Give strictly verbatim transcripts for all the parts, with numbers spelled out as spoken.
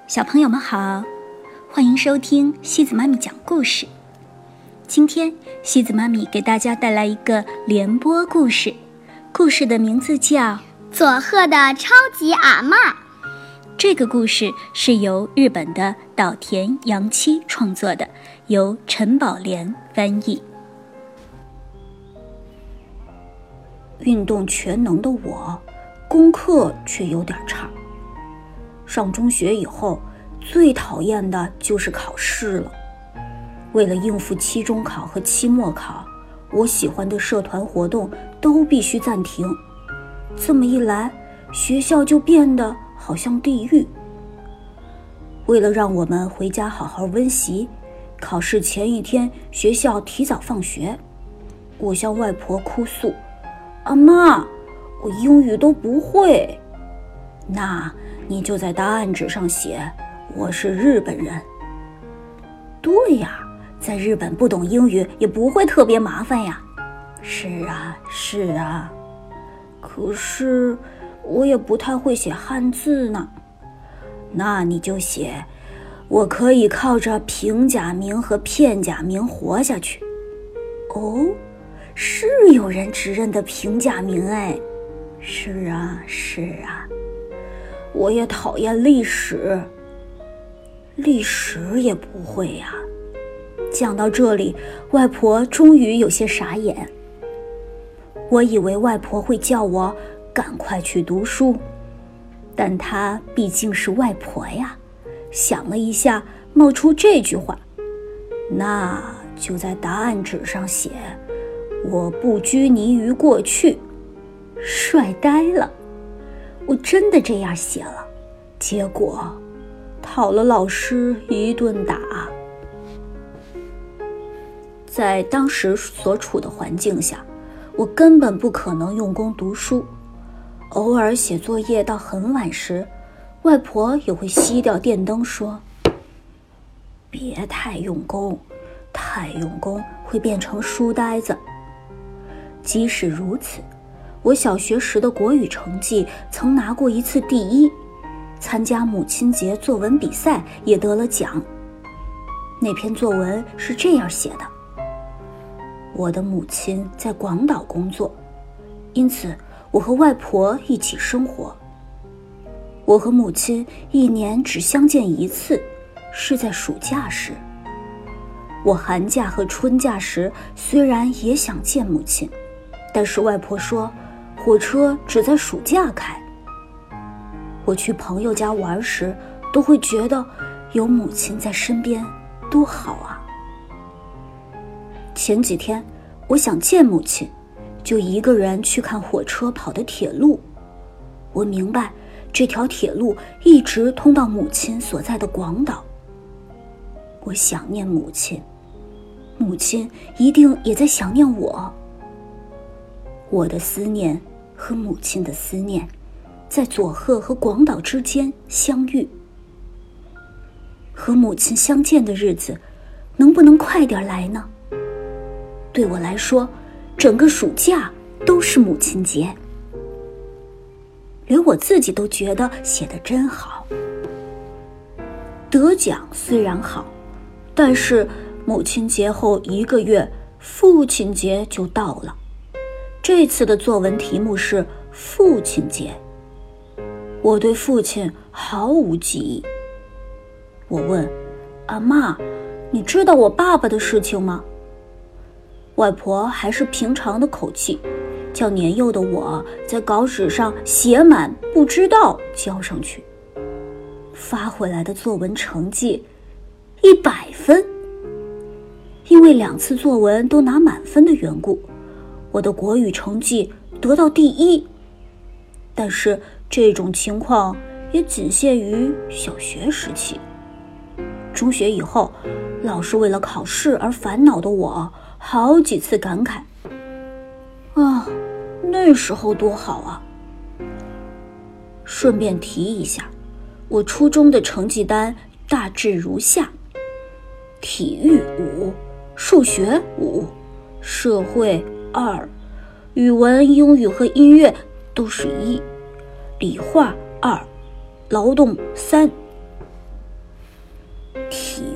小朋友们好，欢迎收听西子妈咪讲故事。今天西子妈咪给大家带来一个联播故事，故事的名字叫《 佐贺的超级阿嬷》。 这个故事是由日本的岛田洋七创作的，由陈宝莲翻译。 运动全能的我，功课却有点差。上中学以后，最讨厌的就是考试了。为了应付期中考和期末考，我喜欢的社团活动都必须暂停。这么一来，学校就变得好像地狱。为了让我们回家好好温习，考试前一天学校提早放学。我向外婆哭诉：“阿妈，我英语都不会。”那你就在答案纸上写我是日本人。对呀，在日本不懂英语也不会特别麻烦呀。是啊是啊，可是我也不太会写汉字呢。那你就写我可以靠着平假名和片假名活下去。哦，是有人只认得平假名哎。是啊是啊，我也讨厌历史，历史也不会呀。讲到这里，外婆终于有些傻眼。我以为外婆会叫我赶快去读书，但她毕竟是外婆呀，想了一下，冒出这句话：那就在答案纸上写我不拘泥于过去。帅呆了，我真的这样写了，结果讨了老师一顿打。在当时所处的环境下，我根本不可能用功读书。偶尔写作业到很晚时，外婆也会熄掉电灯说：“别太用功，太用功会变成书呆子。”即使如此，我小学时的国语成绩曾拿过一次第一，参加母亲节作文比赛也得了奖。那篇作文是这样写的：我的母亲在广岛工作，因此我和外婆一起生活。我和母亲一年只相见一次，是在暑假时。我寒假和春假时虽然也想见母亲，但是外婆说火车只在暑假开。我去朋友家玩时，都会觉得有母亲在身边多好啊。前几天我想见母亲，就一个人去看火车跑的铁路。我明白这条铁路一直通到母亲所在的广岛。我想念母亲，母亲一定也在想念我。我的思念和母亲的思念在佐贺和广岛之间相遇。和母亲相见的日子能不能快点来呢？对我来说，整个暑假都是母亲节。连我自己都觉得写得真好。得奖虽然好，但是母亲节后一个月，父亲节就到了。这次的作文题目是父亲节。我对父亲毫无记忆。我问阿嬷，你知道我爸爸的事情吗？外婆还是平常的口气，叫年幼的我在稿纸上写满不知道交上去。发回来的作文成绩一百分。因为两次作文都拿满分的缘故，我的国语成绩得到第一。但是这种情况也仅限于小学时期。中学以后，老是为了考试而烦恼的我好几次感慨：啊，那时候多好啊！顺便提一下，我初中的成绩单大致如下：体育五，数学五，社会二，语文、英语和音乐都是一，理化二，劳动三。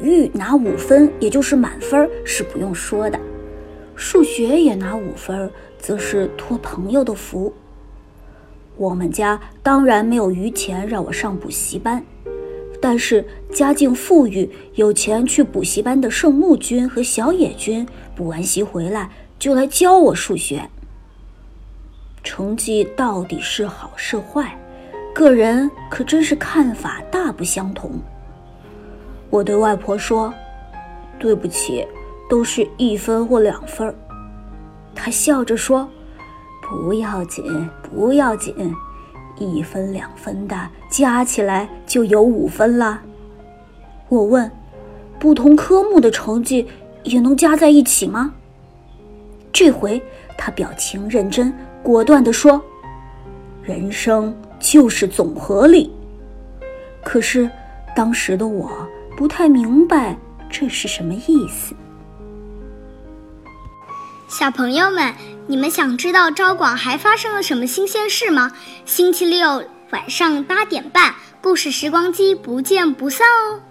育拿五分，也就是满分，是不用说的；数学也拿五分，则是托朋友的福。我们家当然没有余钱让我上补习班，但是家境富裕，有钱去补习班的圣木君和小野君补完习回来就来教我数学。成绩到底是好是坏，个人可真是看法大不相同。我对外婆说，对不起，都是一分或两分。她笑着说，不要紧不要紧，一分两分的加起来就有五分了。我问，不同科目的成绩也能加在一起吗？这回他表情认真，果断地说，人生就是总和力。可是当时的我不太明白这是什么意思。 小朋友们，你们想知道昭广还发生了什么新鲜事吗？星期六晚上八点半，故事时光机不见不散哦。